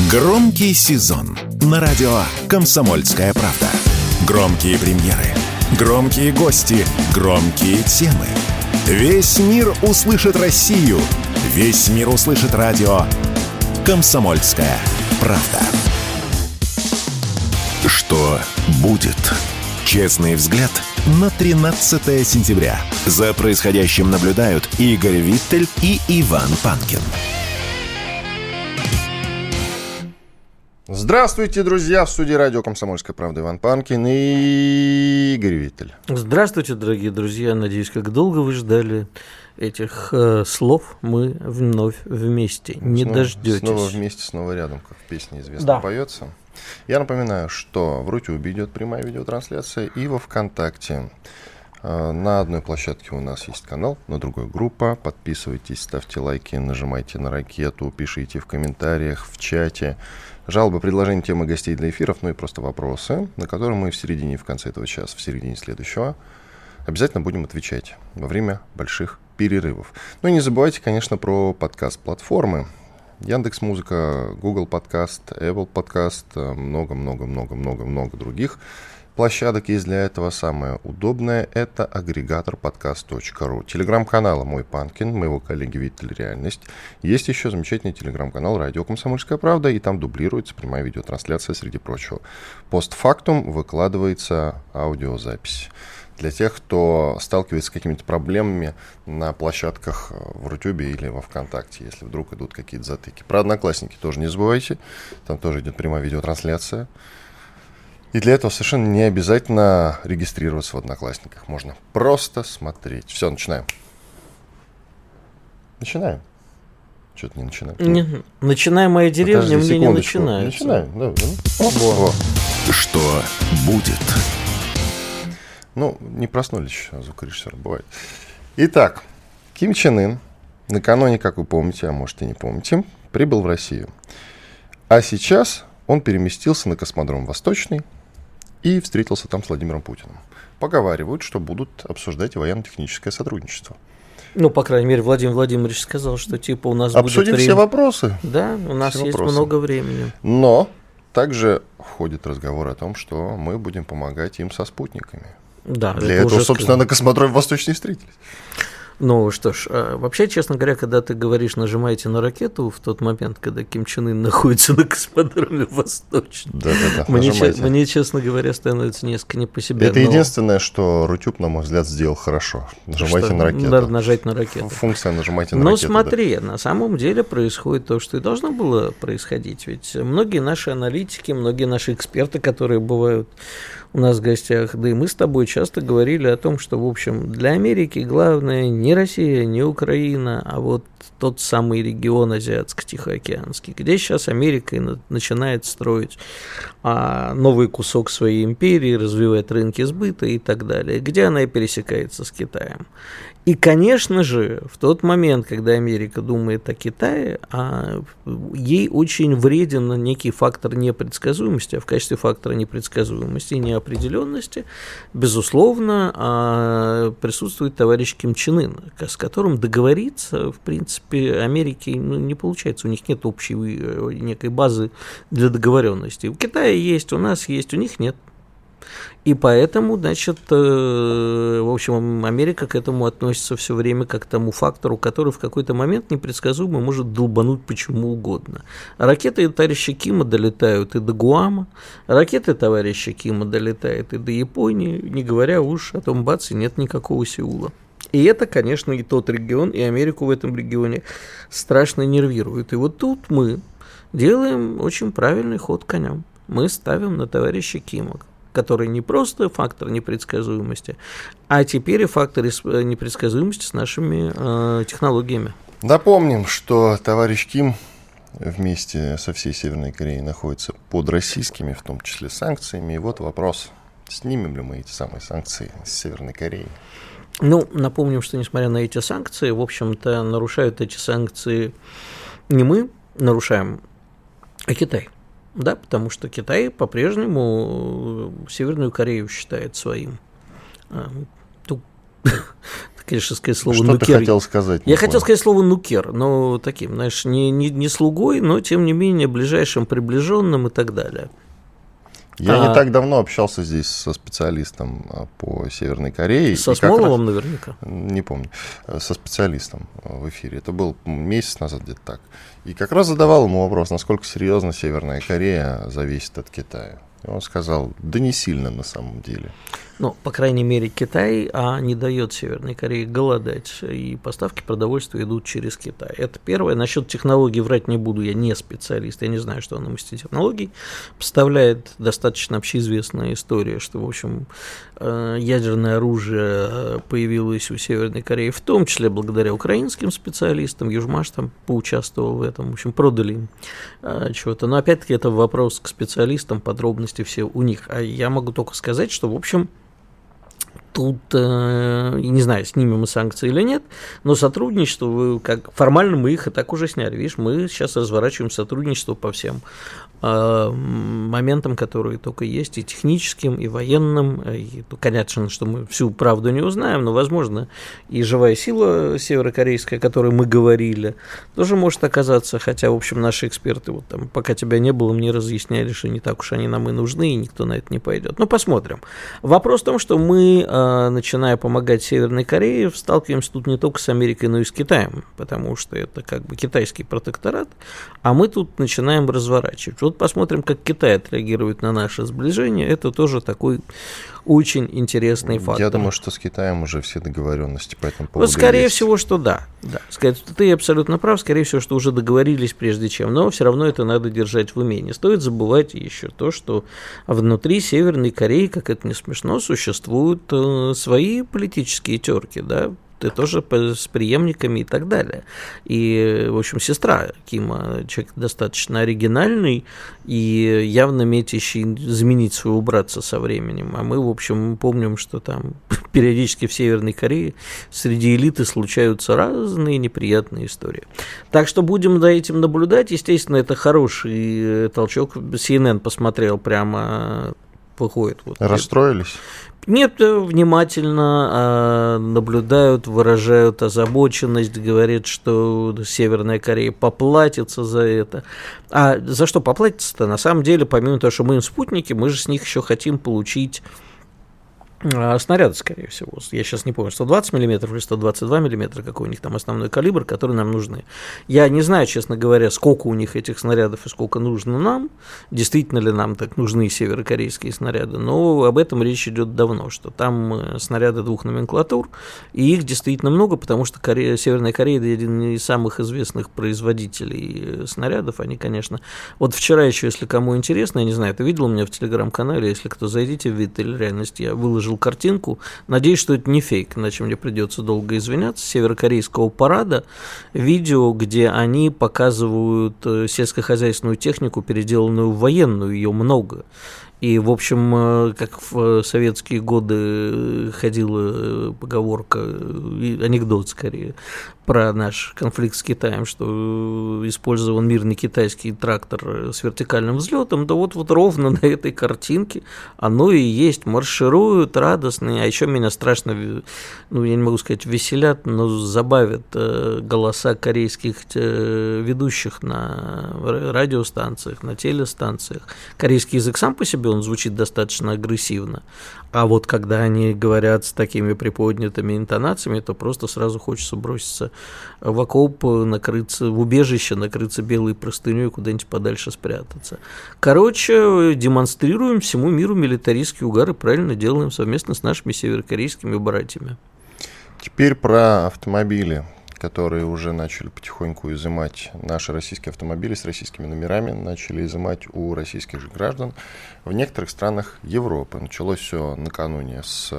Громкий сезон на радио «Комсомольская правда». Громкие премьеры, громкие гости, громкие темы. Весь мир услышит Россию. Весь мир услышит радио «Комсомольская правда». Что будет? Честный взгляд на 13 сентября. За происходящим наблюдают Игорь Виттель и Иван Панкин. Здравствуйте, друзья! В студии радио «Комсомольская правда» Иван Панкин и Игорь Виттель. Здравствуйте, дорогие друзья! Надеюсь, как долго вы ждали этих слов, мы вновь вместе. Не дождетесь. Снова вместе, снова рядом, как в песне известно поется. Я напоминаю, что в Рутюбе идет прямая видеотрансляция и во ВКонтакте. На одной площадке у нас есть канал, на другой группа. Подписывайтесь, ставьте лайки, нажимайте на ракету, пишите в комментариях, в чате. Жалобы, предложения, темы гостей для эфиров, ну и просто вопросы, на которые мы в середине и в конце этого часа, в середине следующего, обязательно будем отвечать во время больших перерывов. Ну и не забывайте, конечно, про подкаст-платформы. Яндекс.Музыка, Google Подкаст, Apple Подкаст, много-много-много-много-много других площадок есть для этого. Самое удобное — это агрегатор подкаст.ру. Телеграм-канал «Мой Панкин», моего коллеги Виттель «Реальность». Есть еще замечательный телеграм-канал «Радио Комсомольская правда», и там дублируется прямая видеотрансляция, среди прочего. Постфактум выкладывается аудиозапись. Для тех, кто сталкивается с какими-то проблемами на площадках в Рутюбе или во ВКонтакте, если вдруг идут какие-то затыки. Про Одноклассники тоже не забывайте, там тоже идет прямая видеотрансляция. И для этого совершенно не обязательно регистрироваться в Одноклассниках. Можно просто смотреть. Все, начинаем. Начинаем. Что-то не начинаем. Начинаем «Моя деревня», мне не начинается. Начинаем. Да. Что будет? Ну, не проснулись еще, звукорежиссер, бывает. Итак, Ким Чен Ын накануне, как вы помните, а может и не помните, прибыл в Россию. А сейчас он переместился на космодром Восточный и встретился там с Владимиром Путиным. Поговаривают, что будут обсуждать военно-техническое сотрудничество. Ну, по крайней мере, Владимир Владимирович сказал, что типа у нас обсудим будет время. Все вопросы. Да, у нас есть много времени. Но также ходит разговор о том, что мы будем помогать им со спутниками. Да, для этого, собственно, на космодроме Восточный встретились. Ну что ж, вообще, честно говоря, когда ты говоришь «нажимайте на ракету» в тот момент, когда Ким Чен Ын находится на космодроме Восточном, мне, честно говоря, становится несколько не по себе. Это единственное, что Рутюб, на мой взгляд, сделал хорошо. Нажимайте на ракету. Надо нажать на ракету. Функция «нажимайте на ракету». Но смотри, на самом деле происходит то, что и должно было происходить. Ведь многие наши аналитики, многие наши эксперты, которые бывают у нас в гостях, да и мы с тобой часто говорили о том, что, в общем, для Америки главное не Россия, не Украина, а вот тот самый регион Азиатско-Тихоокеанский, где сейчас Америка начинает строить новый кусок своей империи, развивать рынки сбыта и так далее, где она и пересекается с Китаем. И, конечно же, в тот момент, когда Америка думает о Китае, ей очень вреден некий фактор непредсказуемости, а в качестве фактора непредсказуемости и неопределенности, безусловно, присутствует товарищ Ким Чен Ын, с которым договориться, в принципе, Америке не получается. У них нет общей некой базы для договоренности. У Китая есть, у нас есть, у них нет. И поэтому, значит, в общем, Америка к этому относится все время как к тому фактору, который в какой-то момент непредсказуемо может долбануть почему угодно. Ракеты товарища Кима долетают и до Гуама, ракеты товарища Кима долетают и до Японии, не говоря уж о том, бац, и нет никакого Сеула. И это, конечно, и тот регион, и Америку в этом регионе страшно нервирует. И вот тут мы делаем очень правильный ход конем. Мы ставим на товарища Кима, который не просто фактор непредсказуемости, а теперь и фактор непредсказуемости с нашими технологиями. Напомним, что товарищ Ким вместе со всей Северной Кореей находится под российскими, в том числе, санкциями. И вот вопрос, снимем ли мы эти самые санкции с Северной Кореи? Ну, напомним, что несмотря на эти санкции, в общем-то, нарушают эти санкции не мы нарушаем, а Китай. Да, потому что Китай по-прежнему Северную Корею считает своим. конечно, сказать слово «нукер». Что ты хотел сказать? Я хотел сказать слово «нукер», но таким, знаешь, не слугой, но, тем не менее, ближайшим приближенным и так далее. Я не так давно общался здесь со специалистом по Северной Корее. Со Смоловым наверняка? Не помню. Со специалистом в эфире. Это был месяц назад где-то так. И как раз задавал ему вопрос, насколько серьезно Северная Корея зависит от Китая. И он сказал, да не сильно на самом деле. Ну, по крайней мере, Китай не дает Северной Корее голодать, и поставки продовольствия идут через Китай. Это первое. Насчет технологий врать не буду, я не специалист, я не знаю, что на мастере технологий. Поставляет достаточно общеизвестная история, что, в общем, ядерное оружие появилось у Северной Кореи, в том числе благодаря украинским специалистам. Южмаш там поучаствовал в этом, в общем, продали им чего-то. Но, опять-таки, это вопрос к специалистам, подробности все у них. А я могу только сказать, что, в общем, тут, не знаю, снимем мы санкции или нет, но сотрудничество, как формально мы их и так уже сняли. Видишь, мы сейчас разворачиваем сотрудничество по всем моментам, которые только есть, и техническим, и военным. И, конечно, что мы всю правду не узнаем, но, возможно, и живая сила северокорейская, о которой мы говорили, тоже может оказаться, хотя, в общем, наши эксперты, вот там, пока тебя не было, мне разъясняли, что не так уж они нам и нужны, и никто на это не пойдет. Но посмотрим. Вопрос в том, что мы, начиная помогать Северной Корее, сталкиваемся тут не только с Америкой, но и с Китаем, потому что это как бы китайский протекторат, а мы тут начинаем разворачивать. Вот посмотрим, как Китай отреагирует на наше сближение. Это тоже такой очень интересный фактор. Я думаю, что с Китаем уже все договоренности по этому поводу. Вот скорее есть. всего, что да. Ты абсолютно прав, скорее всего, что уже договорились прежде чем, но все равно это надо держать в уме. Не стоит забывать еще то, что внутри Северной Кореи, как это не смешно, существуют свои политические терки, да, тоже с преемниками и так далее. И, в общем, сестра Кима, человек достаточно оригинальный и явно метящий заменить своего братца со временем. А мы, в общем, помним, что там периодически в Северной Корее среди элиты случаются разные неприятные истории. Так что будем за этим наблюдать. Естественно, это хороший толчок. CNN посмотрел прямо, выходит. Вот. Расстроились? Нет, внимательно наблюдают, выражают озабоченность, говорят, что Северная Корея поплатится за это. А за что поплатится-то? На самом деле, помимо того, что мы им спутники, мы же с них еще хотим получить снаряды, скорее всего. Я сейчас не помню, 120 мм или 122 мм, какой у них там основной калибр, который нам нужны. Я не знаю, честно говоря, сколько у них этих снарядов и сколько нужно нам, действительно ли нам так нужны северокорейские снаряды, но об этом речь идет давно, что там снаряды двух номенклатур, и их действительно много, потому что Северная Корея один из самых известных производителей снарядов. Они, конечно, вот вчера еще, если кому интересно, я не знаю, ты видел у меня в телеграм-канале, если кто, зайдите в «Вид или реальность», я выложил картинку. Надеюсь, что это не фейк, иначе мне придется долго извиняться. Северокорейского парада. Видео, где они показывают сельскохозяйственную технику, переделанную в военную, ее много. И, в общем, как в советские годы ходила поговорка, анекдот скорее, про наш конфликт с Китаем, что использован мирный китайский трактор с вертикальным взлетом, да вот ровно на этой картинке оно и есть. Маршируют радостные, а еще меня страшно, ну, я не могу сказать, веселят, но забавят голоса корейских ведущих на радиостанциях, на телестанциях. Корейский язык сам по себе, он звучит достаточно агрессивно, а вот когда они говорят с такими приподнятыми интонациями, то просто сразу хочется броситься в окоп, накрыться, в убежище, накрыться белой простыней и куда-нибудь подальше спрятаться. Короче, демонстрируем всему миру милитаристский угар и правильно делаем совместно с нашими северокорейскими братьями. Теперь про автомобили, которые уже начали потихоньку изымать, наши российские автомобили с российскими номерами начали изымать у российских же граждан в некоторых странах Европы. Началось все накануне с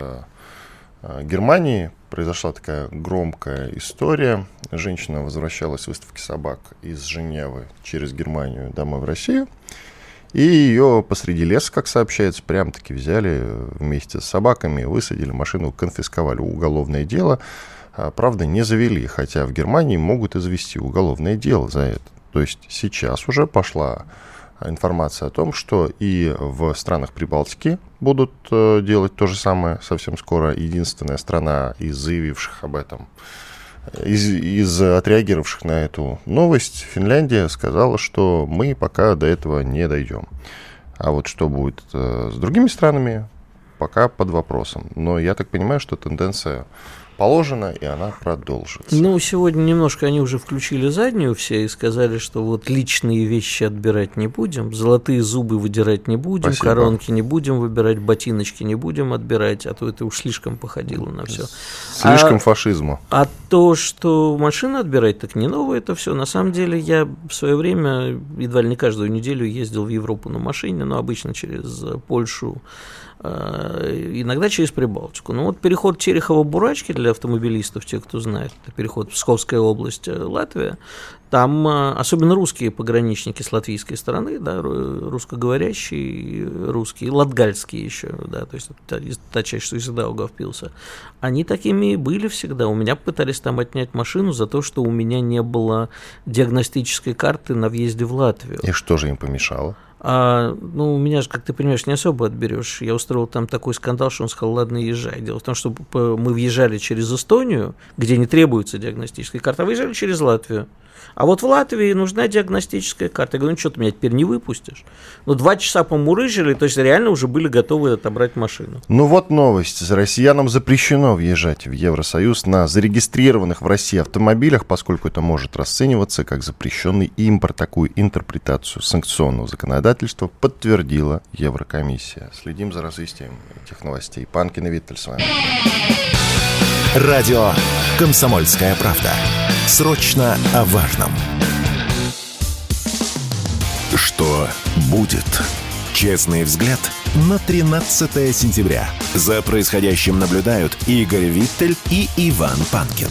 Германии. Произошла такая громкая история. Женщина возвращалась с выставки собак из Женевы через Германию домой в Россию. И ее посреди леса, как сообщается, прям-таки взяли вместе с собаками, высадили машину, конфисковали. Уголовное дело, правда, не завели, хотя в Германии могут и завести уголовное дело за это. То есть сейчас уже пошла информация о том, что и в странах Прибалтики будут делать то же самое совсем скоро. Единственная страна из заявивших об этом, из отреагировавших на эту новость, Финляндия, сказала, что мы пока до этого не дойдем. А вот что будет с другими странами, пока под вопросом. Но я так понимаю, что тенденция положена, и она продолжится. Ну, сегодня немножко они уже включили заднюю все и сказали, что вот личные вещи отбирать не будем, золотые зубы выдирать не будем, Спасибо. Коронки не будем выбирать, ботиночки не будем отбирать, а то это уж слишком походило на все. Слишком фашизму. А то, что машины отбирать, так не новое это все. На самом деле я в свое время едва ли не каждую неделю ездил в Европу на машине, но обычно через Польшу, иногда через Прибалтику. Ну вот переход Терехова-Бурачки для автомобилистов, те, кто знает, это переход Псковская область, Латвия, там особенно русские пограничники с латвийской стороны, да, русскоговорящие русские, латгальские еще, да, то есть та часть, что из Даугава впился, они такими и были всегда. У меня пытались там отнять машину за то, что у меня не было диагностической карты на въезде в Латвию. И что же им помешало? Ну, у меня же, как ты понимаешь, не особо отберешь. Я устроил там такой скандал, что он сказал, ладно, езжай. Дело в том, что мы въезжали через Эстонию, где не требуется диагностическая карта, а выезжали через Латвию. А вот в Латвии нужна диагностическая карта. Я говорю, ну что, ты меня теперь не выпустишь? Ну, 2 часа помурыжили, то есть реально уже были готовы отобрать машину. Ну вот новость. Россиянам запрещено въезжать в Евросоюз на зарегистрированных в России автомобилях, поскольку это может расцениваться как запрещенный импорт. Такую интерпретацию санкционного законодательства подтвердила Еврокомиссия. Следим за развитием этих новостей. Панкин и Виттель с вами. Радио «Комсомольская правда». Срочно о важном. Что будет? Честный взгляд на 13 сентября. За происходящим наблюдают Игорь Виттель и Иван Панкин.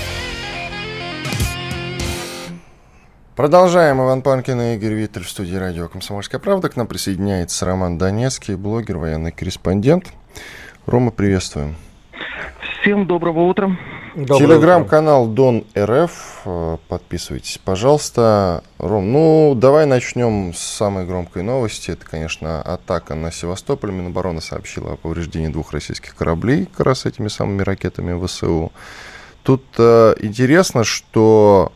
Продолжаем. Иван Панкин и Игорь Виттель в студии радио «Комсомольская правда». К нам присоединяется Роман Донецкий, блогер, военный корреспондент. Рома, приветствуем. Всем доброго утра. Телеграм-канал Дон РФ. Подписывайтесь, пожалуйста. Ром, ну давай начнем с самой громкой новости. Это, конечно, атака на Севастополь. Минобороны сообщила о повреждении 2 российских кораблей как раз этими самыми ракетами ВСУ. Тут интересно, что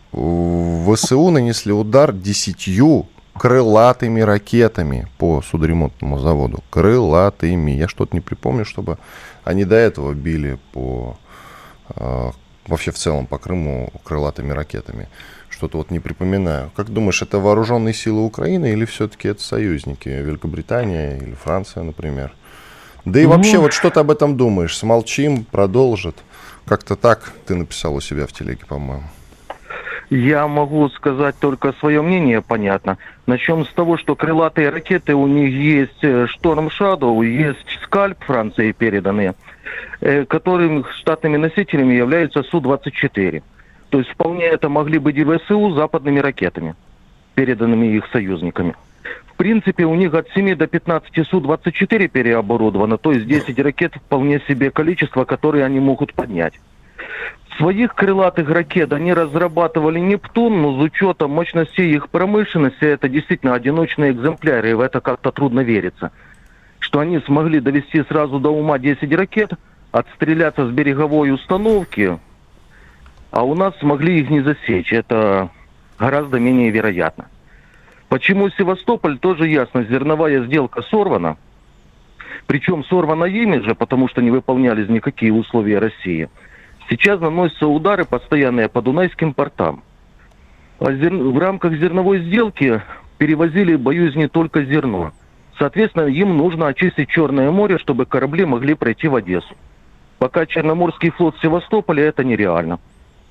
ВСУ нанесли удар 10 крылатыми ракетами по судоремонтному заводу. Крылатыми. Я что-то не припомню, чтобы они до этого били вообще в целом по Крыму крылатыми ракетами. Что-то вот не припоминаю. Как думаешь, это вооруженные силы Украины или все-таки это союзники? Великобритания или Франция, например? Да и вообще, вот что ты об этом думаешь? Смолчим, продолжит? Как-то так ты написал у себя в телеге, по-моему. Я могу сказать только свое мнение, понятно. Начнем с того, что крылатые ракеты, у них есть Storm Shadow, есть Скальп Франции переданные, которым штатными носителями являются Су-24. То есть вполне это могли быть и ВСУ западными ракетами, переданными их союзниками. В принципе, у них от 7 до 15 Су-24 переоборудовано, то есть 10 ракет вполне себе количество, которые они могут поднять. Своих крылатых ракет они разрабатывали «Нептун», но с учетом мощностей их промышленности, это действительно одиночные экземпляры, и в это как-то трудно верится. Что они смогли довести сразу до ума 10 ракет, отстреляться с береговой установки, а у нас смогли их не засечь. Это гораздо менее вероятно. Почему Севастополь, тоже ясно. Зерновая сделка сорвана. Причем сорвана ими же, потому что не выполнялись никакие условия России. Сейчас наносятся удары постоянные по Дунайским портам. В рамках зерновой сделки перевозили, боюсь, не только зерно. Соответственно, им нужно очистить Черное море, чтобы корабли могли пройти в Одессу. Пока Черноморский флот в Севастополе, это нереально.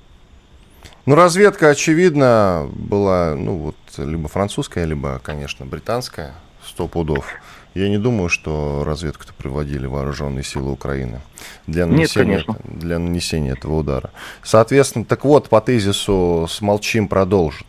Ну, разведка, очевидно, была, либо французская, либо, конечно, британская, 100 пудов. Я не думаю, что разведку-то приводили вооруженные силы Украины для нанесения этого удара. Соответственно, так вот, по тезису «смолчим» продолжит.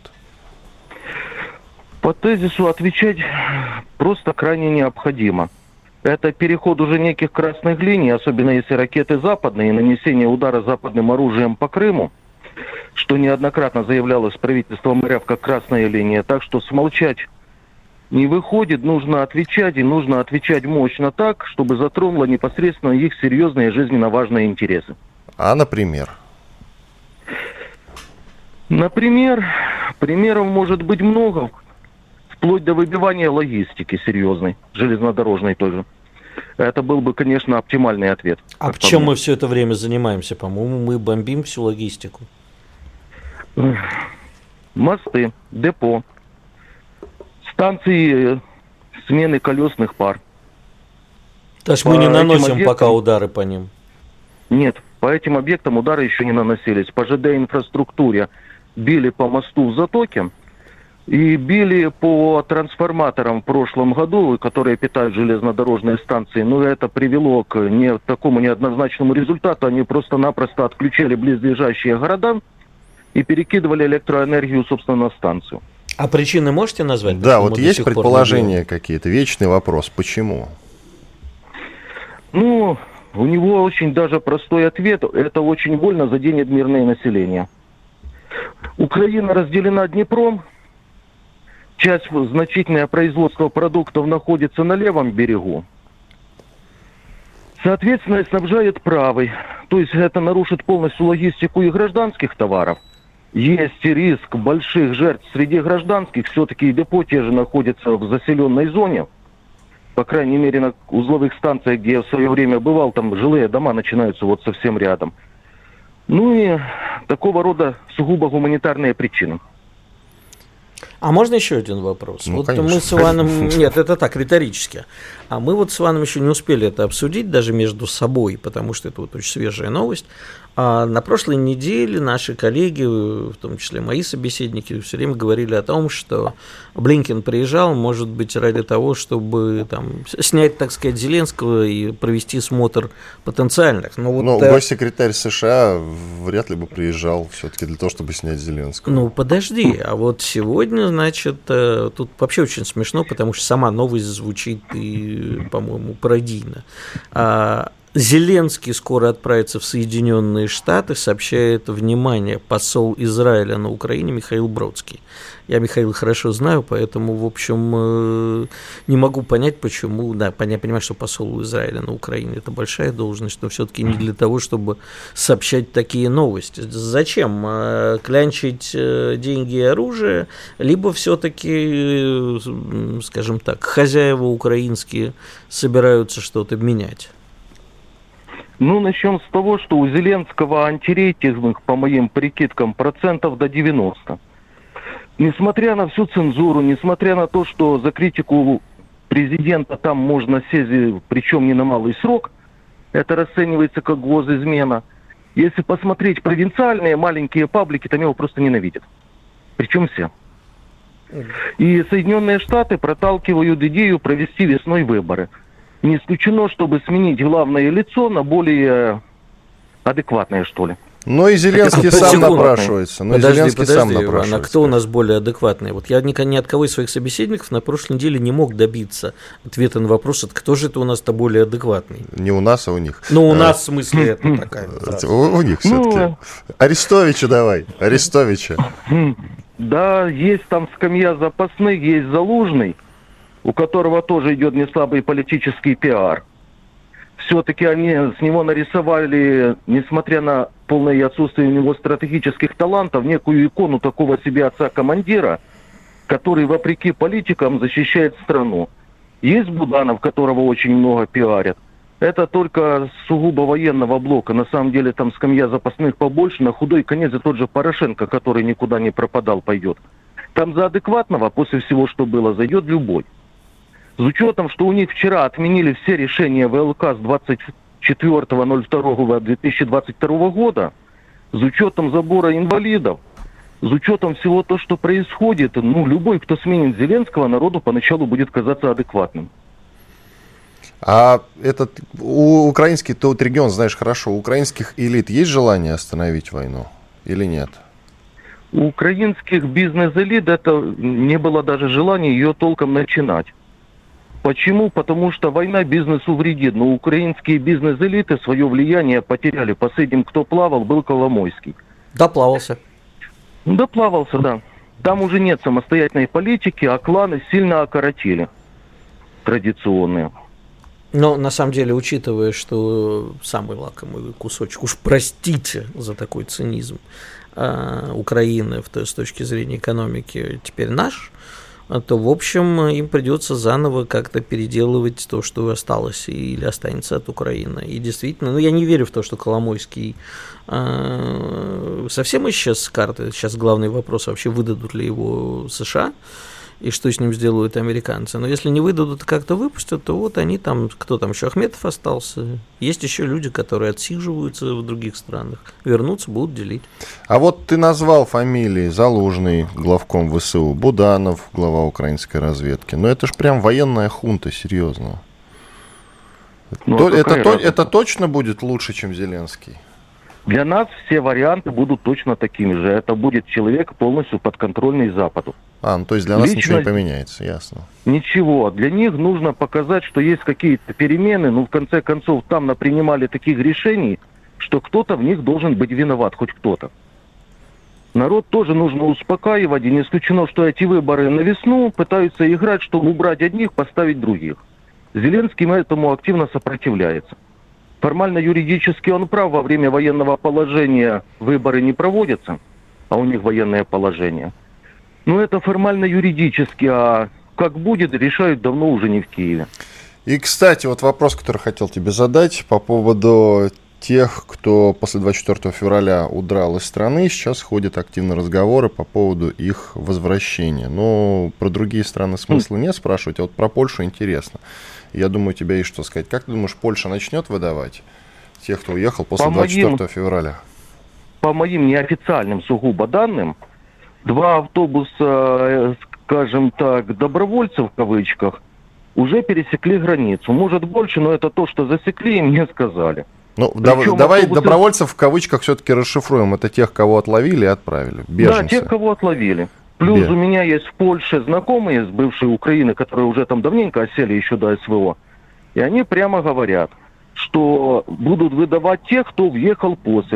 По тезису отвечать просто крайне необходимо. Это переход уже неких красных линий, особенно если ракеты западные, и нанесение удара западным оружием по Крыму, что неоднократно заявлялось правительством РФ как красная линия. Так что смолчать не выходит, нужно отвечать, и нужно отвечать мощно так, чтобы затронуло непосредственно их серьезные жизненно важные интересы. А, например? Например, примеров может быть много, вплоть до выбивания логистики серьезной, железнодорожной тоже. Это был бы, конечно, оптимальный ответ. А чем мы все это время занимаемся? По-моему, мы бомбим всю логистику. Мосты, депо, станции смены колесных пар. То есть мы не наносим пока удары по ним? Нет, по этим объектам удары еще не наносились. По ЖД-инфраструктуре били по мосту в Затоке и били по трансформаторам в прошлом году, которые питают железнодорожные станции. Но это привело к такому неоднозначному результату. Они просто-напросто отключали близлежащие города и перекидывали электроэнергию, собственно, на станцию. А причины можете назвать? Да, вот есть предположения какие-то, вечный вопрос, почему? Ну, у него очень даже простой ответ. Это очень больно заденет мирное население. Украина разделена Днепром. Часть значительное производства продуктов находится на левом берегу. Соответственно, снабжает правый. То есть это нарушит полностью логистику и гражданских товаров. Есть риск больших жертв среди гражданских. Все-таки депо те же находятся в заселенной зоне. По крайней мере, на узловых станциях, где я в свое время бывал, там жилые дома начинаются вот совсем рядом. Ну и такого рода сугубо гуманитарные причины. А можно еще один вопрос? Ну, вот конечно. мы с Иваном... Нет, это так, риторически. А мы вот с Иваном еще не успели это обсудить даже между собой, потому что это вот очень свежая новость. А на прошлой неделе наши коллеги, в том числе мои собеседники, все время говорили о том, что Блинкен приезжал, может быть, ради того, чтобы там снять, так сказать, Зеленского и провести смотр потенциальных. Но вот, госсекретарь США вряд ли бы приезжал все-таки для того, чтобы снять Зеленского. Ну, подожди, а вот сегодня, значит, тут вообще очень смешно, потому что сама новость звучит и, по-моему, пародийно. Зеленский скоро отправится в Соединенные Штаты, сообщает, внимание, посол Израиля на Украине Михаил Бродский. Я Михаила хорошо знаю, поэтому, в общем, не могу понять, почему. Да, я понимаю, что посол Израиля на Украине – это большая должность, но все-таки не для того, чтобы сообщать такие новости. Зачем? Клянчить деньги и оружие, либо все-таки, скажем так, хозяева украинские собираются что-то менять? Ну, начнем с того, что у Зеленского антирейтинг, по моим прикидкам, процентов до 90. Несмотря на всю цензуру, несмотря на то, что за критику президента там можно сесть, причем не на малый срок, это расценивается как госизмена. Если посмотреть провинциальные маленькие паблики, там его просто ненавидят. Причем все. И Соединенные Штаты проталкивают идею провести весной выборы. Не исключено, чтобы сменить главное лицо на более адекватное, что ли. Но и Зеленский сам напрашивается. Подожди, Иван, а кто у нас более адекватный? Вот я ни от кого из своих собеседников на прошлой неделе не мог добиться ответа на вопрос, кто же это у нас-то более адекватный. Не у нас, а у них. Ну, у нас, в смысле, это такая. У них все-таки. Арестовича давай, Арестовича. Да, есть там скамья запасных, есть Залужный, у которого тоже идет неслабый политический пиар. Все-таки они с него нарисовали, несмотря на полное отсутствие у него стратегических талантов, некую икону такого себе отца-командира, который, вопреки политикам, защищает страну. Есть Буданов, которого очень много пиарят. Это только сугубо военного блока. На самом деле там скамья запасных побольше. На худой конец и тот же Порошенко, который никуда не пропадал, пойдет. Там за адекватного, после всего, что было, зайдет любой. С учетом, что у них вчера отменили все решения ВЛК с 24.02.2022 года, с учетом забора инвалидов, с учетом всего того, что происходит, любой, кто сменит Зеленского, народу поначалу будет казаться адекватным. А украинский тот регион, знаешь хорошо, у украинских элит есть желание остановить войну или нет? У украинских бизнес-элит это не было даже желания ее толком начинать. Почему? Потому что война бизнесу вредит. Но украинские бизнес-элиты свое влияние потеряли. Последним, кто плавал, был Коломойский. Доплавался. Доплавался, да. Там уже нет самостоятельной политики, а кланы сильно окоротили традиционные. Но на самом деле, учитывая, что самый лакомый кусочек, уж простите за такой цинизм, Украины с точки зрения экономики теперь наш, то, в общем, им придется заново как-то переделывать то, что осталось или останется от Украины. И действительно, я не верю в то, что Коломойский совсем исчез с карты. Сейчас главный вопрос, вообще выдадут ли его США и что с ним сделают американцы. Но если не выдадут, как-то выпустят, то вот они там, кто там еще, Ахметов остался. Есть еще люди, которые отсиживаются в других странах. Вернутся, будут делить. А вот ты назвал фамилии: Залужный, главком ВСУ, Буданов, глава украинской разведки. Но это ж прям военная хунта, серьезно. Это точно будет лучше, чем Зеленский? Для нас все варианты будут точно такими же. Это будет человек полностью подконтрольный Западу. Ну то есть для нас ничего не поменяется, ясно. Ничего. Для них нужно показать, что есть какие-то перемены. В конце концов, там напринимали таких решений, что кто-то в них должен быть виноват, хоть кто-то. Народ тоже нужно успокаивать. И не исключено, что эти выборы на весну пытаются играть, чтобы убрать одних, поставить других. Зеленский этому активно сопротивляется. Формально юридически он прав, во время военного положения выборы не проводятся, а у них военное положение. Но это формально юридически, а как будет, решают давно уже не в Киеве. И, кстати, вот вопрос, который хотел тебе задать по поводу тех, кто после 24 февраля удрал из страны. Сейчас ходят активно разговоры по поводу их возвращения. Но про другие страны смысла нет спрашивать, а вот про Польшу интересно. Я думаю, у тебя есть что сказать. Как ты думаешь, Польша начнет выдавать тех, кто уехал после 24 февраля? По моим неофициальным сугубо данным, 2 автобуса, скажем так, добровольцев в кавычках, уже пересекли границу. Может больше, но это то, что засекли и мне сказали. Ну, давай добровольцев в кавычках все-таки расшифруем. Это тех, кого отловили и отправили. Беженцы. Да, тех, кого отловили. Плюс у меня есть в Польше знакомые с бывшей Украины, которые уже там давненько осели еще до СВО. И они прямо говорят, что будут выдавать тех, кто въехал после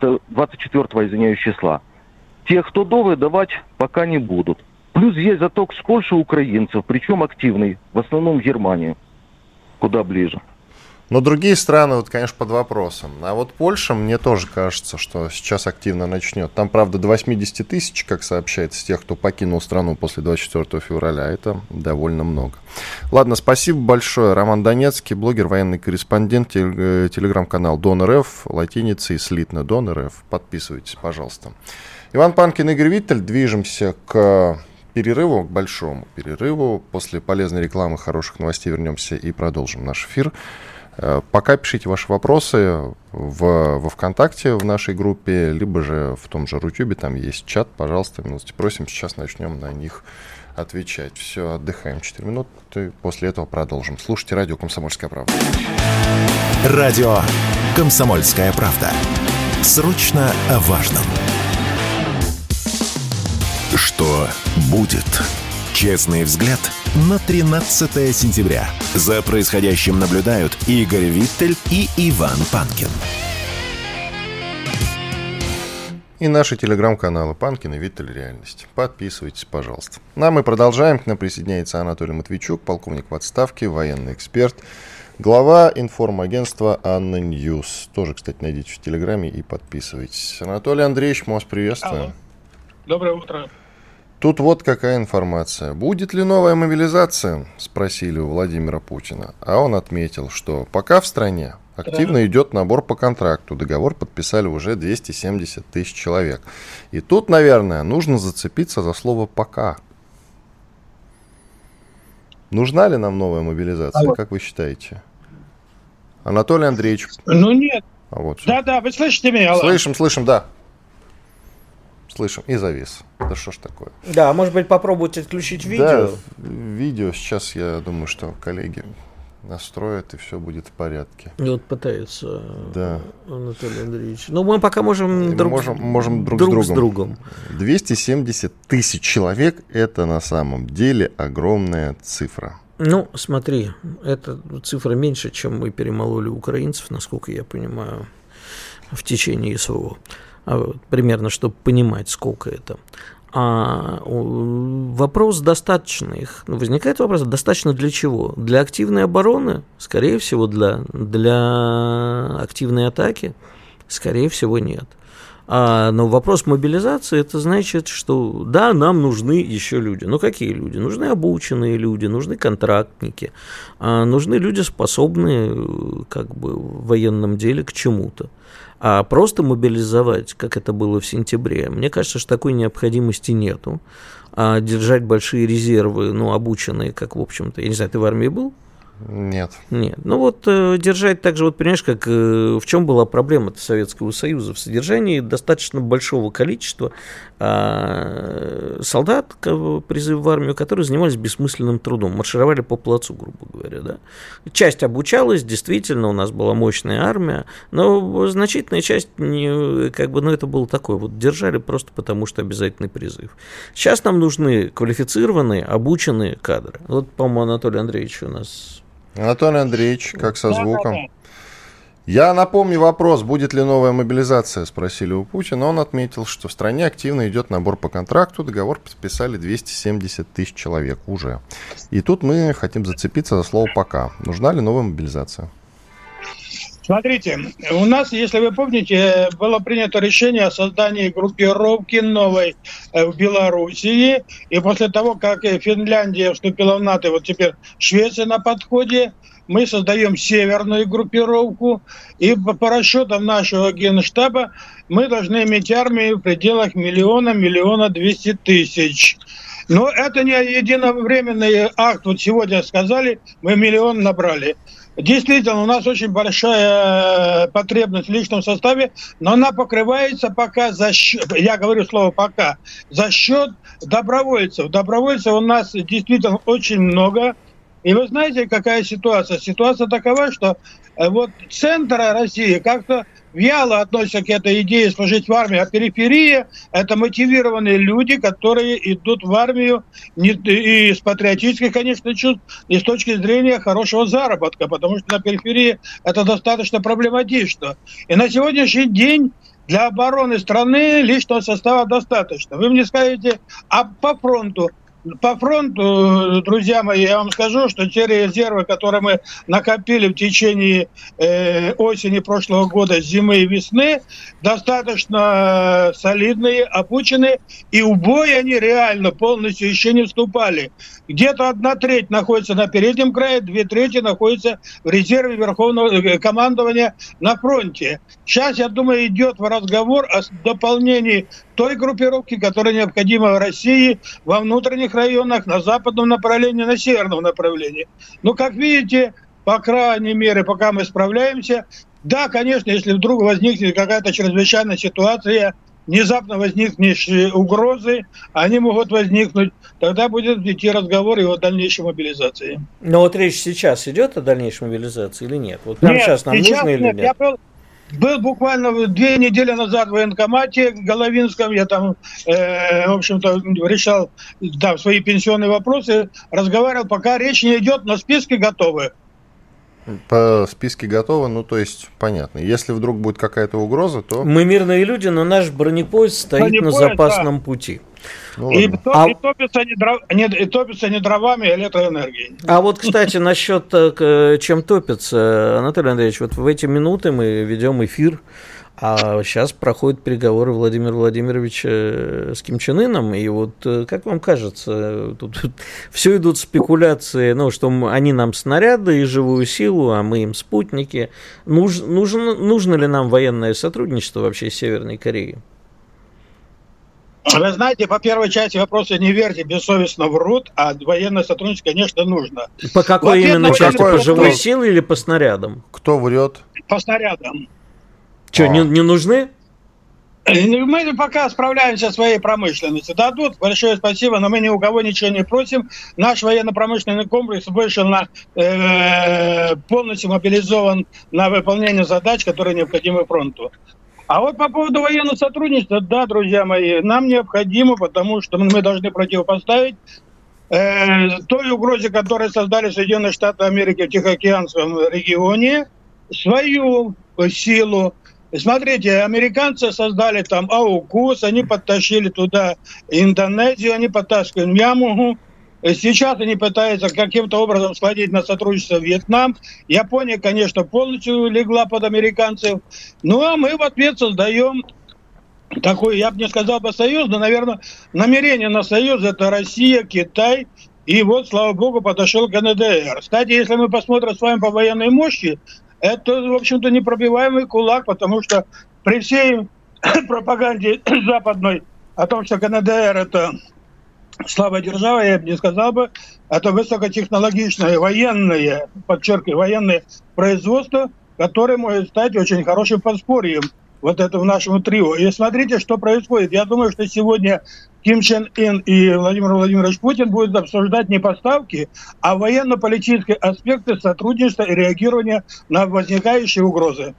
24 числа. Тех, кто до, выдавать пока не будут. Плюс есть заток с Польши украинцев, причем активный, в основном в Германию, куда ближе. Но другие страны, вот, конечно, под вопросом. А вот Польша, мне тоже кажется, что сейчас активно начнет. Там, правда, до 80 тысяч, как сообщается, тех, кто покинул страну после 24 февраля. Это довольно много. Ладно, спасибо большое. Роман Донецкий, блогер, военный корреспондент, телеграм-канал Дон.РФ, латиницей слитно Дон.РФ. Подписывайтесь, пожалуйста. Иван Панкин, Игорь Виттель. Движемся к перерыву, к большому перерыву. После полезной рекламы, хороших новостей вернемся и продолжим наш эфир. Пока пишите ваши вопросы во ВКонтакте в нашей группе, либо же в том же Рутюбе, там есть чат, пожалуйста, милости просим, сейчас начнем на них отвечать. Все, отдыхаем 4 минуты, после этого продолжим. Слушайте радио «Комсомольская правда». Радио «Комсомольская правда». Срочно о важном. Что будет? Честный взгляд на 13 сентября. За происходящим наблюдают Игорь Виттель и Иван Панкин. И наши телеграм-каналы Панкин и Виттель Реальность. Подписывайтесь, пожалуйста. Ну а мы продолжаем. К нам присоединяется Анатолий Матвейчук, полковник в отставке, военный эксперт, глава информагентства Анна Ньюс. Тоже, кстати, найдите в Телеграме и подписывайтесь. Анатолий Андреевич, мы вас приветствуем. Алло. Доброе утро. Тут вот какая информация. Будет ли новая мобилизация? Спросили у Владимира Путина. А он отметил, что пока в стране активно идет набор по контракту. Договор подписали уже 270 тысяч человек. И тут, наверное, нужно зацепиться за слово «пока». Нужна ли нам новая мобилизация, как вы считаете? Анатолий Андреевич. Ну нет. Вот, да, вы слышите меня? Слышим, да. Слышим. И завис. Да что ж такое? Да, может быть, попробуйте отключить видео? Да, видео сейчас, я думаю, что коллеги настроят, и все будет в порядке. И вот пытаются, да. Анатолий Андреевич. Ну, мы пока можем друг с другом. 270 тысяч человек – это на самом деле огромная цифра. Ну, смотри, эта цифра меньше, чем мы перемололи украинцев, насколько я понимаю, в течение СВО. Примерно, чтобы понимать, сколько это. Вопрос достаточно их. Возникает вопрос, достаточно для чего? Для активной обороны? Скорее всего, для активной атаки? Скорее всего, нет. Но вопрос мобилизации, это значит, что да, нам нужны еще люди. Но какие люди? Нужны обученные люди, нужны контрактники, нужны люди, способные как бы в военном деле к чему-то. А просто мобилизовать, как это было в сентябре, мне кажется, что такой необходимости нету. А держать большие резервы, обученные, как, в общем-то, я не знаю, ты в армии был? Нет. Держать так же, понимаешь, как в чем была проблема Советского Союза? В содержании достаточно большого количества солдат, призыв в армию, которые занимались бессмысленным трудом, маршировали по плацу, грубо говоря, да. Часть обучалась, действительно, у нас была мощная армия, но значительная часть, это было такое, держали просто потому, что обязательный призыв. Сейчас нам нужны квалифицированные, обученные кадры. По-моему, Анатолий Андреевич у нас... Анатолий Андреевич, как со звуком? Я напомню вопрос, будет ли новая мобилизация, спросили у Путина. Он отметил, что в стране активно идет набор по контракту. Договор подписали 270 тысяч человек уже. И тут мы хотим зацепиться за слово «пока». Нужна ли новая мобилизация? Смотрите, у нас, если вы помните, было принято решение о создании группировки новой в Белоруссии. И после того, как Финляндия вступила в НАТО, теперь Швеция на подходе, мы создаем северную группировку. И по расчетам нашего генштаба мы должны иметь армию в пределах 1 200 000. Но это не единовременный акт. Сегодня сказали, мы 1 миллион набрали. Действительно, у нас очень большая потребность в личном составе, но она покрывается пока за счет, я говорю слово «пока», за счет добровольцев. Добровольцев у нас действительно очень много. И вы знаете, какая ситуация? Ситуация такова, что центр России как-то вяло относится к этой идее служить в армии, а периферия – это мотивированные люди, которые идут в армию и с патриотических, конечно, чувств, и с точки зрения хорошего заработка, потому что на периферии это достаточно проблематично. И на сегодняшний день для обороны страны личного состава достаточно. Вы мне скажете, а по фронту? По фронту, друзья мои, я вам скажу, что те резервы, которые мы накопили в течение осени прошлого года, зимы и весны, достаточно солидные, обученные, и в бой они реально полностью еще не вступали. Где-то 1/3 находится на переднем крае, 2/3 находится в резерве Верховного командования на фронте. Сейчас, я думаю, идет разговор о дополнении той группировки, которая необходима в России во внутренних районах, на западном направлении, на северном направлении. Как видите, по крайней мере, пока мы справляемся, да, конечно, если вдруг возникнет какая-то чрезвычайная ситуация, внезапно возникнет угрозы, они могут возникнуть, тогда будет идти разговор и о дальнейшей мобилизации. Но речь сейчас идет о дальнейшей мобилизации или нет? Прямо сейчас нам нужно или нет? Я был буквально 2 недели назад в военкомате Головинском, я там, в общем-то, решал свои пенсионные вопросы, разговаривал, пока речь не идет, но списки готовы. По списке готовы, то есть понятно. Если вдруг будет какая-то угроза, то... Мы мирные люди, но наш бронепоезд стоит на запасном пути. И топятся не дровами, а электроэнергией. Кстати, насчет чем топятся, Анатолий Андреевич, в эти минуты мы ведем эфир, а сейчас проходят переговоры Владимира Владимировича с Ким Чен Ыном, и как вам кажется, тут все идут спекуляции, что они нам снаряды и живую силу, а мы им спутники. Нужно ли нам военное сотрудничество вообще с Северной Кореей? Вы знаете, по первой части вопроса не верьте, бессовестно врут, а военное сотрудничество, конечно, нужно. По какой именно части? По живой силе или по снарядам? Кто врет? По снарядам. Что, не нужны? Мы пока справляемся со своей промышленностью. Дадут, большое спасибо, но мы ни у кого ничего не просим. Наш военно-промышленный комплекс больше полностью мобилизован на выполнение задач, которые необходимы фронту. А по поводу военного сотрудничества, да, друзья мои, нам необходимо, потому что мы должны противопоставить той угрозе, которую создали Соединенные Штаты Америки в Тихоокеанском регионе, свою силу. Смотрите, американцы создали там АУКУС, они подтащили туда Индонезию, они подтаскивают Мьянму. Сейчас они пытаются каким-то образом сходить на сотрудничество в Вьетнам. Япония, конечно, полностью легла под американцев. Ну, а мы в ответ создаем такой, я бы не сказал бы союз, но, наверное, намерение на союз – это Россия, Китай. И вот, слава богу, подошел КНДР. Кстати, если мы посмотрим с вами по военной мощи, это, в общем-то, непробиваемый кулак, потому что при всей пропаганде западной о том, что КНДР – это слабая держава, я бы не сказал бы, это высокотехнологичное военное, подчеркиваю, военное производство, которое может стать очень хорошим подспорьем вот этого нашего трио. И смотрите, что происходит. Я думаю, что сегодня Ким Чен Ын и Владимир Владимирович Путин будут обсуждать не поставки, а военно-политические аспекты сотрудничества и реагирования на возникающие угрозы.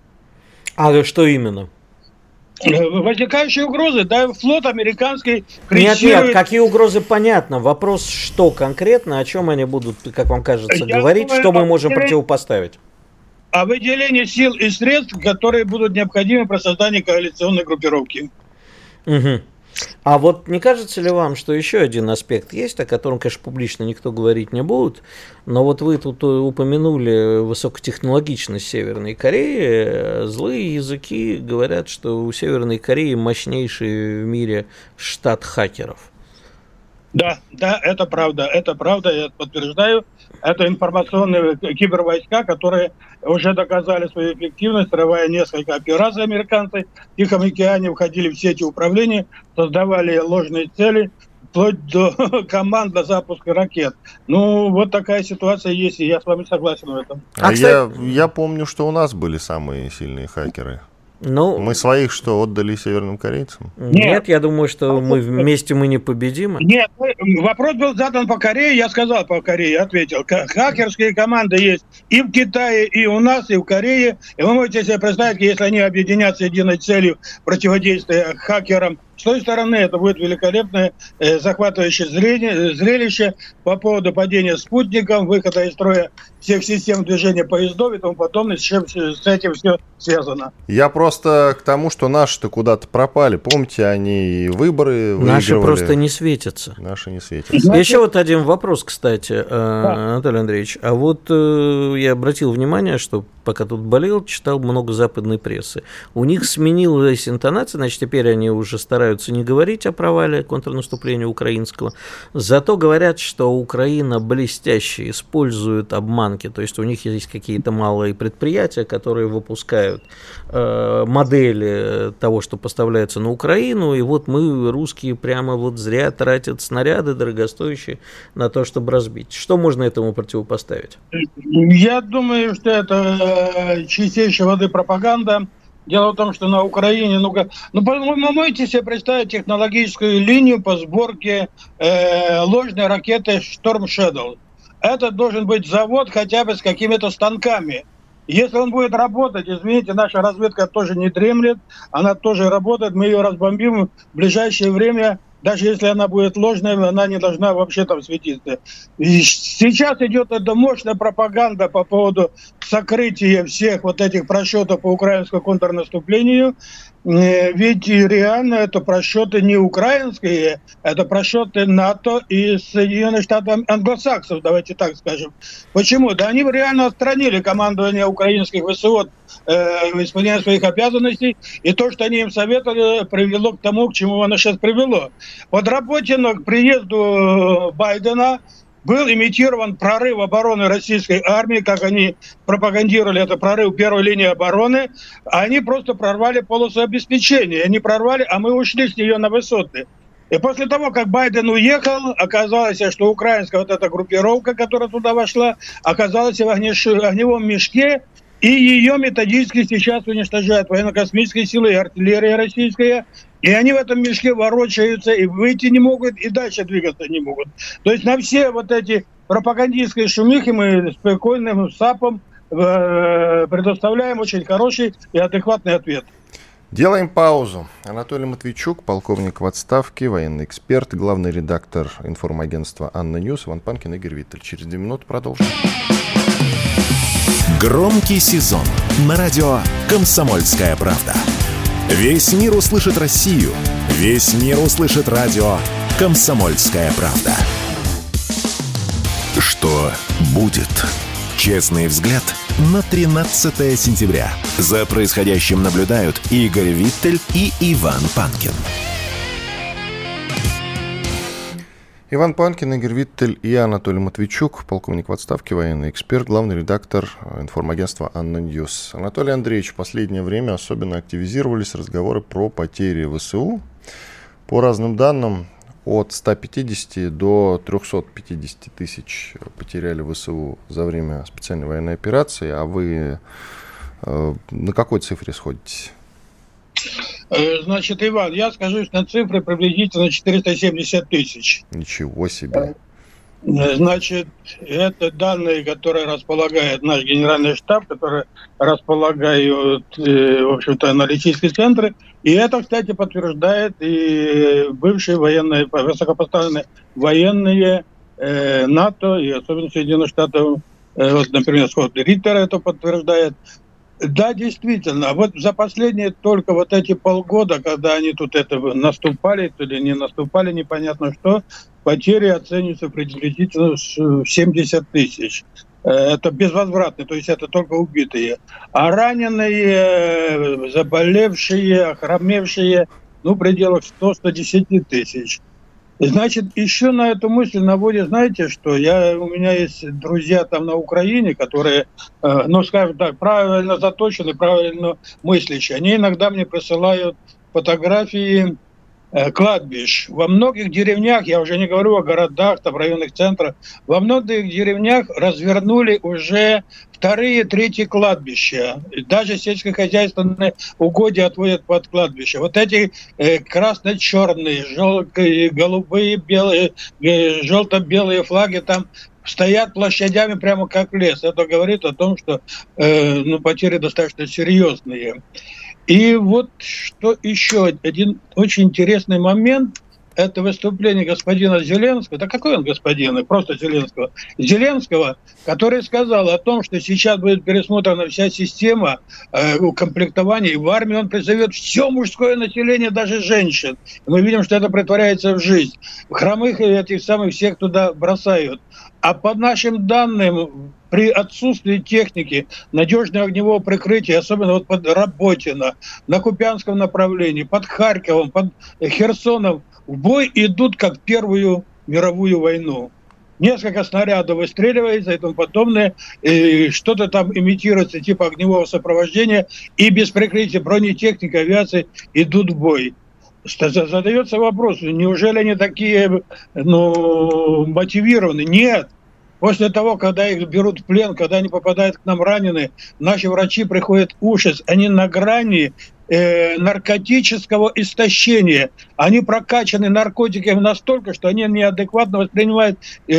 А что именно? Возникающие угрозы, да, флот американский крейсирует... Нет, какие угрозы, понятно. Вопрос, что конкретно, о чем они будут, как вам кажется, говорить, что мы можем противопоставить? О выделении сил и средств, которые будут необходимы при создании коалиционной группировки. Угу. А вот не кажется ли вам, что еще один аспект есть, о котором, конечно, публично никто говорить не будет, но вот вы тут упомянули высокотехнологичность Северной Кореи, злые языки говорят, что у Северной Кореи мощнейший в мире штат хакеров. Да, это правда, я подтверждаю. Это информационные кибервойска, которые уже доказали свою эффективность, срывая несколько операций американцы в Тихом океане, входили в сети управления, создавали ложные цели, вплоть до команд для запуска ракет. Ну, вот такая ситуация есть, и я с вами согласен в этом. Я помню, что у нас были самые сильные хакеры. Ну, мы своих что, отдали северным корейцам? Нет, я думаю, что мы вместе мы непобедимы. Нет, вопрос был задан по Корее, я сказал по Корее, ответил. Хакерские команды есть и в Китае, и у нас, и в Корее. И вы можете себе представить, если они объединятся единой целью противодействия хакерам. С той стороны, это будет великолепное захватывающее зрелище по поводу падения спутников, выхода из строя всех систем движения поездов и тому подобное, с этим все связано. Я просто к тому, что наши-то куда-то пропали. Помните, они выборы выигрывали. Наши просто не светятся. Наши не светятся. Еще вот один вопрос, кстати, Анатолий Андреевич. А вот я обратил внимание, что пока тут болел, читал много западной прессы. У них сменилась интонация, значит, теперь они уже стараются не говорить о провале контрнаступления украинского, зато говорят, что Украина блестяще использует обманки, то есть у них есть какие-то малые предприятия, которые выпускают модели того, что поставляется на Украину, и вот мы, русские, прямо вот зря тратят снаряды дорогостоящие на то, чтобы разбить. Что можно этому противопоставить? Я думаю, что это чистейшей воды пропаганда. Дело в том, что на Украине, вы можете себе представить технологическую линию по сборке ложной ракеты Storm Shadow. Это должен быть завод хотя бы с какими-то станками. Если он будет работать, извините, наша разведка тоже не дремлет, она тоже работает, мы ее разбомбим в ближайшее время. Даже если она будет ложной, она не должна вообще там светиться. И сейчас идет эта мощная пропаганда по поводу сокрытия всех вот этих просчетов по украинскому контрнаступлению. Ведь реально это просчеты не украинские, это просчеты НАТО и Соединенных Штатов англосаксов, давайте так скажем. Почему? Да они реально отстранили командование украинских ВСО в исполнении своих обязанностей, и то, что они им советовали, привело к тому, к чему оно сейчас привело. Подработано к приезду Байдена был имитирован прорыв обороны российской армии, как они пропагандировали это прорыв первой линии обороны. Они просто прорвали полосу обеспечения. Они прорвали, а мы ушли с нее на высоты. И после того, как Байден уехал, оказалось, что украинская вот эта группировка, которая туда вошла, оказалась в огневом мешке, и ее методически сейчас уничтожают военно-космические силы и артиллерия российская. И они в этом мешке ворочаются, и выйти не могут, и дальше двигаться не могут. То есть на все вот эти пропагандистские шумихи мы спокойным САПом предоставляем очень хороший и адекватный ответ. Делаем паузу. Анатолий Матвейчук, полковник в отставке, военный эксперт, главный редактор информагентства «Анна Ньюс», Иван Панкин, Игорь Виттель. Через 2 минуты продолжим. Громкий сезон на радио «Комсомольская правда». Весь мир услышит Россию. Весь мир услышит радио «Комсомольская правда». Что будет? Честный взгляд на 13 сентября. За происходящим наблюдают Игорь Виттель и Иван Панкин. Иван Панкин, Игорь Виттель и Анатолий Матвейчук, полковник в отставке, военный эксперт, главный редактор информагентства «Анна Ньюс». Анатолий Андреевич, в последнее время особенно активизировались разговоры про потери ВСУ. По разным данным, от 150 до 350 тысяч потеряли ВСУ за время специальной военной операции. А вы на какой цифре сходитесь? Значит, Иван, я скажу на цифры приблизительно 470 тысяч. Ничего себе. Значит, это данные, которые располагает наш генеральный штаб, которые располагают, в общем-то, аналитические центры. И это, кстати, подтверждает и бывшие военные, высокопоставленные военные НАТО и особенно Соединенных Штатов. Вот, например, Скотт Риттер это подтверждает. Да, действительно. Вот за последние только вот эти полгода, когда они тут это наступали, или не наступали, непонятно что, потери оцениваются приблизительно в 70 тысяч. Это безвозвратно, то есть это только убитые. А раненые, заболевшие, охромевшие, в пределах 100-110 тысяч. Значит, еще на эту мысль наводит, знаете, что у меня есть друзья там на Украине, которые, скажем так, правильно заточены, правильно мыслящие. Они иногда мне присылают фотографии кладбищ. Во многих деревнях, я уже не говорю о городах, там, районных центрах, во многих деревнях развернули уже вторые, третьи кладбища. Даже сельскохозяйственные угодья отводят под кладбище. Вот эти красно-черные, желтые, голубые, белые, желто-белые флаги там стоят площадями прямо как лес. Это говорит о том, что потери достаточно серьезные. И вот что еще один очень интересный момент, это выступление господина Зеленского, да какой он господин, просто Зеленского, который сказал о том, что сейчас будет пересмотрена вся система укомплектования, и в армии он призовет все мужское население, даже женщин. И мы видим, что это претворяется в жизнь. Хромых этих самых всех туда бросают. А по нашим данным, при отсутствии техники, надежного огневого прикрытия, особенно вот под Работино, на Купянском направлении, под Харьковом, под Херсоном, в бой идут как Первую мировую войну. Несколько снарядов выстреливается и тому подобное, и что-то там имитируется типа огневого сопровождения, и без прикрытия бронетехники, авиации идут в бой. Задается вопрос, неужели они такие мотивированы? Нет. После того, когда их берут в плен, когда они попадают к нам раненые, наши врачи приходят в ужас. Они на грани наркотического истощения. Они прокачаны наркотиками настолько, что они неадекватно воспринимают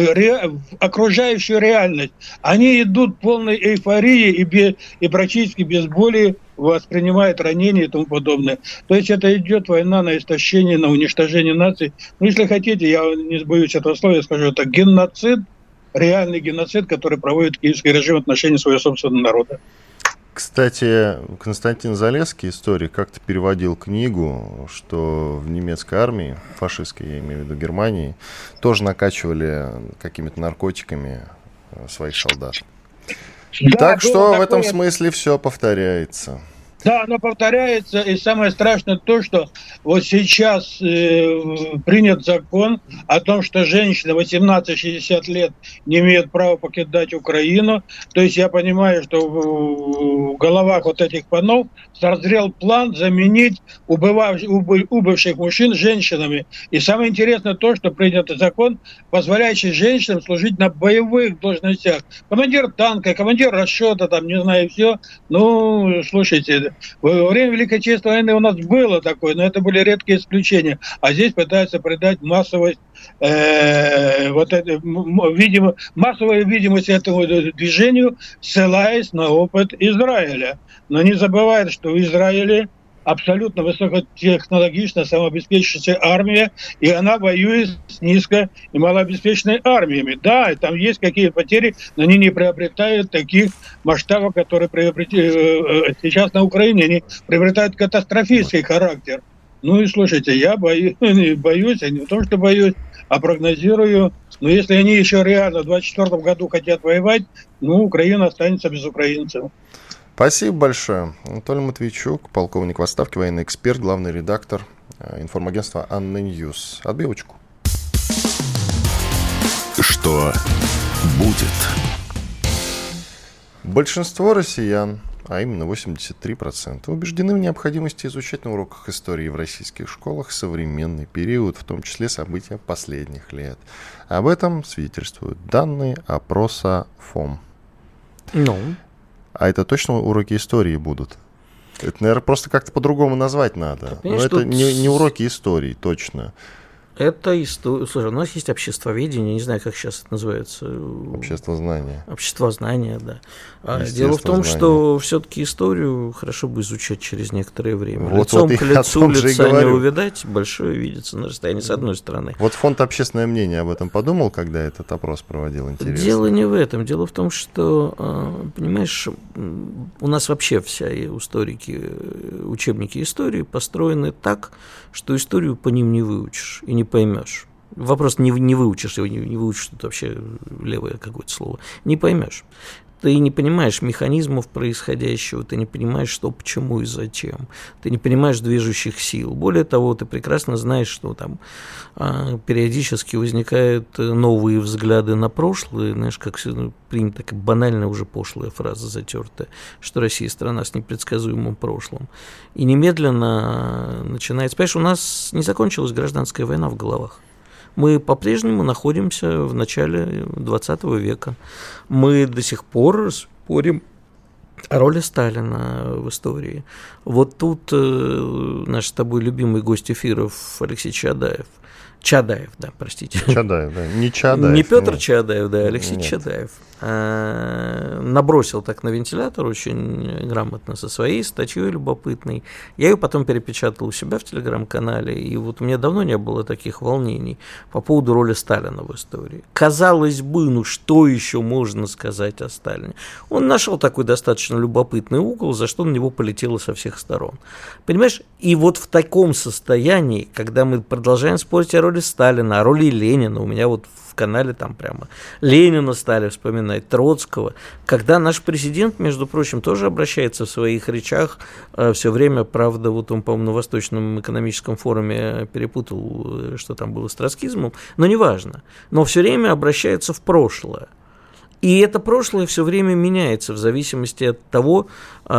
окружающую реальность. Они идут в полной эйфории и практически без боли воспринимают ранения и тому подобное. То есть это идет война на истощение, на уничтожение наций. Если хотите, я не боюсь этого слова, я скажу, это геноцид, реальный геноцид, который проводит киевский режим в отношении своего собственного народа. Кстати, Константин Залесский, историк, как-то переводил книгу, что в немецкой армии, фашистской, я имею в виду Германии, тоже накачивали какими-то наркотиками своих солдат. Да, так что в этом смысле все повторяется. Да, оно повторяется, и самое страшное то, что вот сейчас принят закон о том, что женщины 18-60 лет не имеют права покидать Украину. То есть я понимаю, что в головах вот этих панов созрел план заменить убывших мужчин женщинами. И самое интересное то, что принят закон, позволяющий женщинам служить на боевых должностях. Командир танка, командир расчета, там, не знаю, все. Слушайте, во время Великой Отечественной войны у нас было такое, но это были редкие исключения. А здесь пытаются придать массовость, массовую видимость этому движению, ссылаясь на опыт Израиля. Но не забывают, что в Израиле абсолютно высокотехнологичная, самообеспечивающаяся армия, и она воюет с низко- и малообеспеченными армиями. Да, там есть какие потери, но они не приобретают таких масштабов, которые сейчас на Украине. Они приобретают катастрофический характер. Ну и слушайте, я боюсь, а не то, что боюсь, а прогнозирую. Но если они еще реально в 2024 году хотят воевать, Украина останется без украинцев. Спасибо большое. Анатолий Матвейчук, полковник в отставке, военный эксперт, главный редактор информагентства «Анна Ньюс». Отбивочку. Что будет? Большинство россиян, а именно 83%, убеждены в необходимости изучать на уроках истории в российских школах современный период, в том числе события последних лет. Об этом свидетельствуют данные опроса ФОМ. А это точно уроки истории будут? Это, наверное, просто как-то по-другому назвать надо. Но это не уроки истории, точно. Это история. Слушай, у нас есть обществоведение, не знаю, как сейчас это называется. Обществознание. Обществознание, да. Дело в том, что все-таки историю хорошо бы изучать через некоторое время. Вот лицом вот к лицу лица не говорю. увидать, большое видится на расстоянии с одной стороны. Вот фонд «Общественное мнение» об этом подумал, когда этот опрос проводил? Интересно. Дело не в этом. Дело в том, что, понимаешь, у нас вообще вся историки, учебники истории построены так, что историю по ним не выучишь и не поймешь. Вопрос не выучишь его, не выучишь, это вообще левое какое-то слово. Не поймешь. Ты не понимаешь механизмов происходящего, ты не понимаешь, что, почему и зачем. Ты не понимаешь движущих сил. Более того, ты прекрасно знаешь, что там периодически возникают новые взгляды на прошлое. Знаешь, как принята такая банальная уже пошлая фраза затертая, что Россия страна с непредсказуемым прошлым. И немедленно начинается... Понимаешь, у нас не закончилась гражданская война в головах. Мы по-прежнему находимся в начале 20 века. Мы до сих пор спорим о роли Сталина в истории. Вот тут наш с тобой любимый гость эфиров Алексей Чадаев. Чадаев, да, простите. Чадаев, да. Не Чадаев. Не Петр Чадаев, да, Алексей Чадаев. Набросил так на вентилятор очень грамотно со своей статьей любопытной. Я ее потом перепечатал у себя в телеграм-канале, и вот у меня давно не было таких волнений по поводу роли Сталина в истории. Казалось бы, что еще можно сказать о Сталине? Он нашел такой достаточно любопытный угол, за что на него полетело со всех сторон. Понимаешь, и вот в таком состоянии, когда мы продолжаем спорить о роли Сталина, о роли Ленина, у меня вот в канале там прямо Ленина стали вспоминать, Троцкого, когда наш президент, между прочим, тоже обращается в своих речах все время, правда, вот он, по-моему, на Восточном экономическом форуме перепутал, что там было с троцкизмом, но неважно, но все время обращается в прошлое. И это прошлое все время меняется в зависимости от того,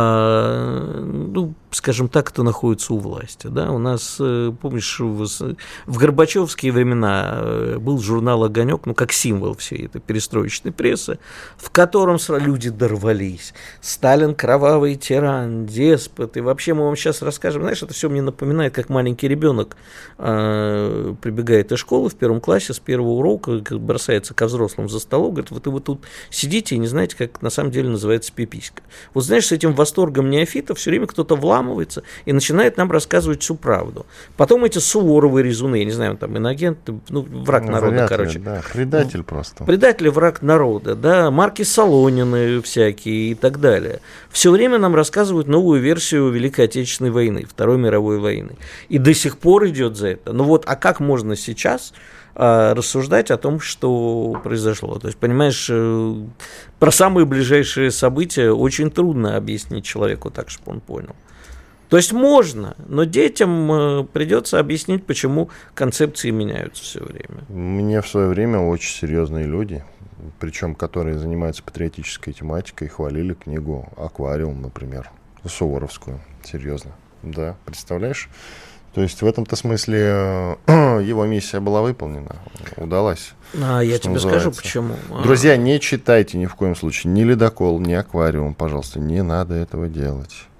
скажем так, кто находится у власти. Да? У нас, помнишь, в горбачевские времена был журнал «Огонек», как символ всей этой перестроечной прессы, в котором люди дорвались. Сталин – кровавый тиран, деспот. И вообще мы вам сейчас расскажем. Знаешь, это все мне напоминает, как маленький ребенок прибегает из школы в первом классе с первого урока, бросается ко взрослым за столом, говорит, вот вы тут сидите и не знаете, как на самом деле называется пиписька. Вот знаешь, с этим восторгом неофита все время кто-то вламывается и начинает нам рассказывать всю правду. Потом эти Суворовы резуны, я не знаю, там инагент, враг народа, вряд ли, короче. Да, предатель просто. Предатель, враг народа, да, марки Солонины всякие и так далее. Все время нам рассказывают новую версию Великой Отечественной войны, Второй мировой войны. И до сих пор идет за это. Ну вот, а как можно сейчас рассуждать о том, что произошло? То есть, понимаешь, про самые ближайшие события очень трудно объяснить человеку так, чтобы он понял. То есть можно, но детям придется объяснить, почему концепции меняются все время. Мне в свое время очень серьезные люди, причем которые занимаются патриотической тематикой, хвалили книгу «Аквариум», например, Суворовскую. Серьезно. Да, представляешь? То есть в этом-то смысле его миссия была выполнена, удалась. Я тебе скажу, почему. Друзья, не читайте ни в коем случае ни «Ледокол», ни «Аквариум», пожалуйста, не надо этого делать.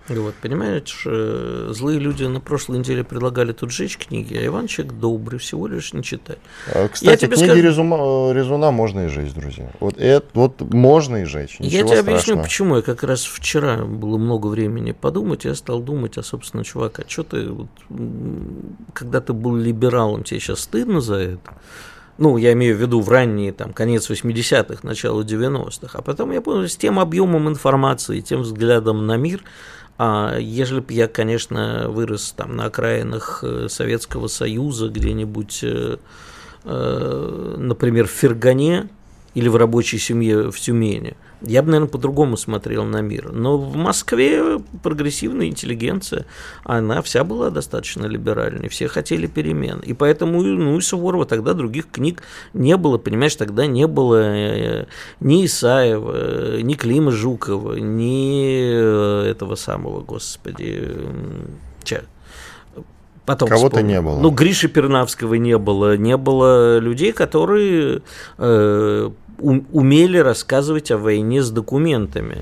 Вот, понимаешь, злые люди на прошлой неделе предлагали тут сжечь книги, а Иван человек добрый, всего лишь не читать. Кстати, книги Резуна можно и сжечь, друзья. Вот можно и сжечь, ничего страшного. Я тебе объясню, почему. Я как раз вчера было много времени подумать, я стал думать, собственно, чувак, а что ты, когда ты был либералом, тебе сейчас стыдно за это? Ну, я имею в виду в ранние, там, конец 80-х, начало 90-х. А потом я понял, с тем объемом информации, тем взглядом на мир, ежели бы я, конечно, вырос там на окраинах Советского Союза, где-нибудь, например, в Фергане или в рабочей семье в Тюмени, я бы, наверное, по-другому смотрел на мир. Но в Москве прогрессивная интеллигенция, она вся была достаточно либеральной, все хотели перемен. И поэтому, и Суворова тогда других книг не было, понимаешь, тогда не было ни Исаева, ни Клима Жукова, ни этого самого, господи, потом кого-то вспомню. Не было. Ну, Гриши Пернавского не было людей, которые умели рассказывать о войне с документами.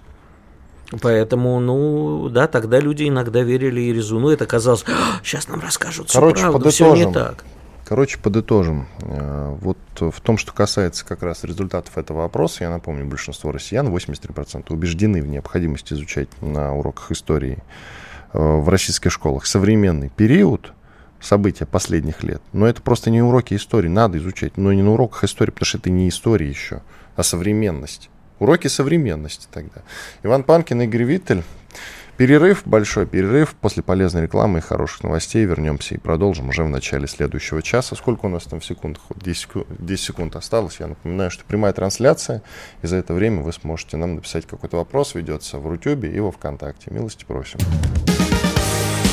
Поэтому, да, тогда люди иногда верили и Резуну. Это казалось, сейчас нам расскажут всю правду, все не так. Подытожим. Вот в том, что касается как раз результатов этого опроса, я напомню, большинство россиян, 83%, убеждены в необходимости изучать на уроках истории в российских школах современный период, события последних лет. Но это просто не уроки истории, надо изучать, но не на уроках истории, потому что это не история еще, а современность. Уроки современности тогда. Иван Панкин, Игорь Виттель. Перерыв, большой перерыв. После полезной рекламы и хороших новостей вернемся и продолжим уже в начале следующего часа. Сколько у нас там в секундах? 10 секунд осталось. Я напоминаю, что прямая трансляция. И за это время вы сможете нам написать какой-то вопрос. Ведется в Рутюбе и во ВКонтакте. Милости просим.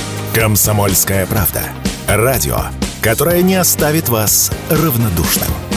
«Комсомольская правда». Радио, которое не оставит вас равнодушным.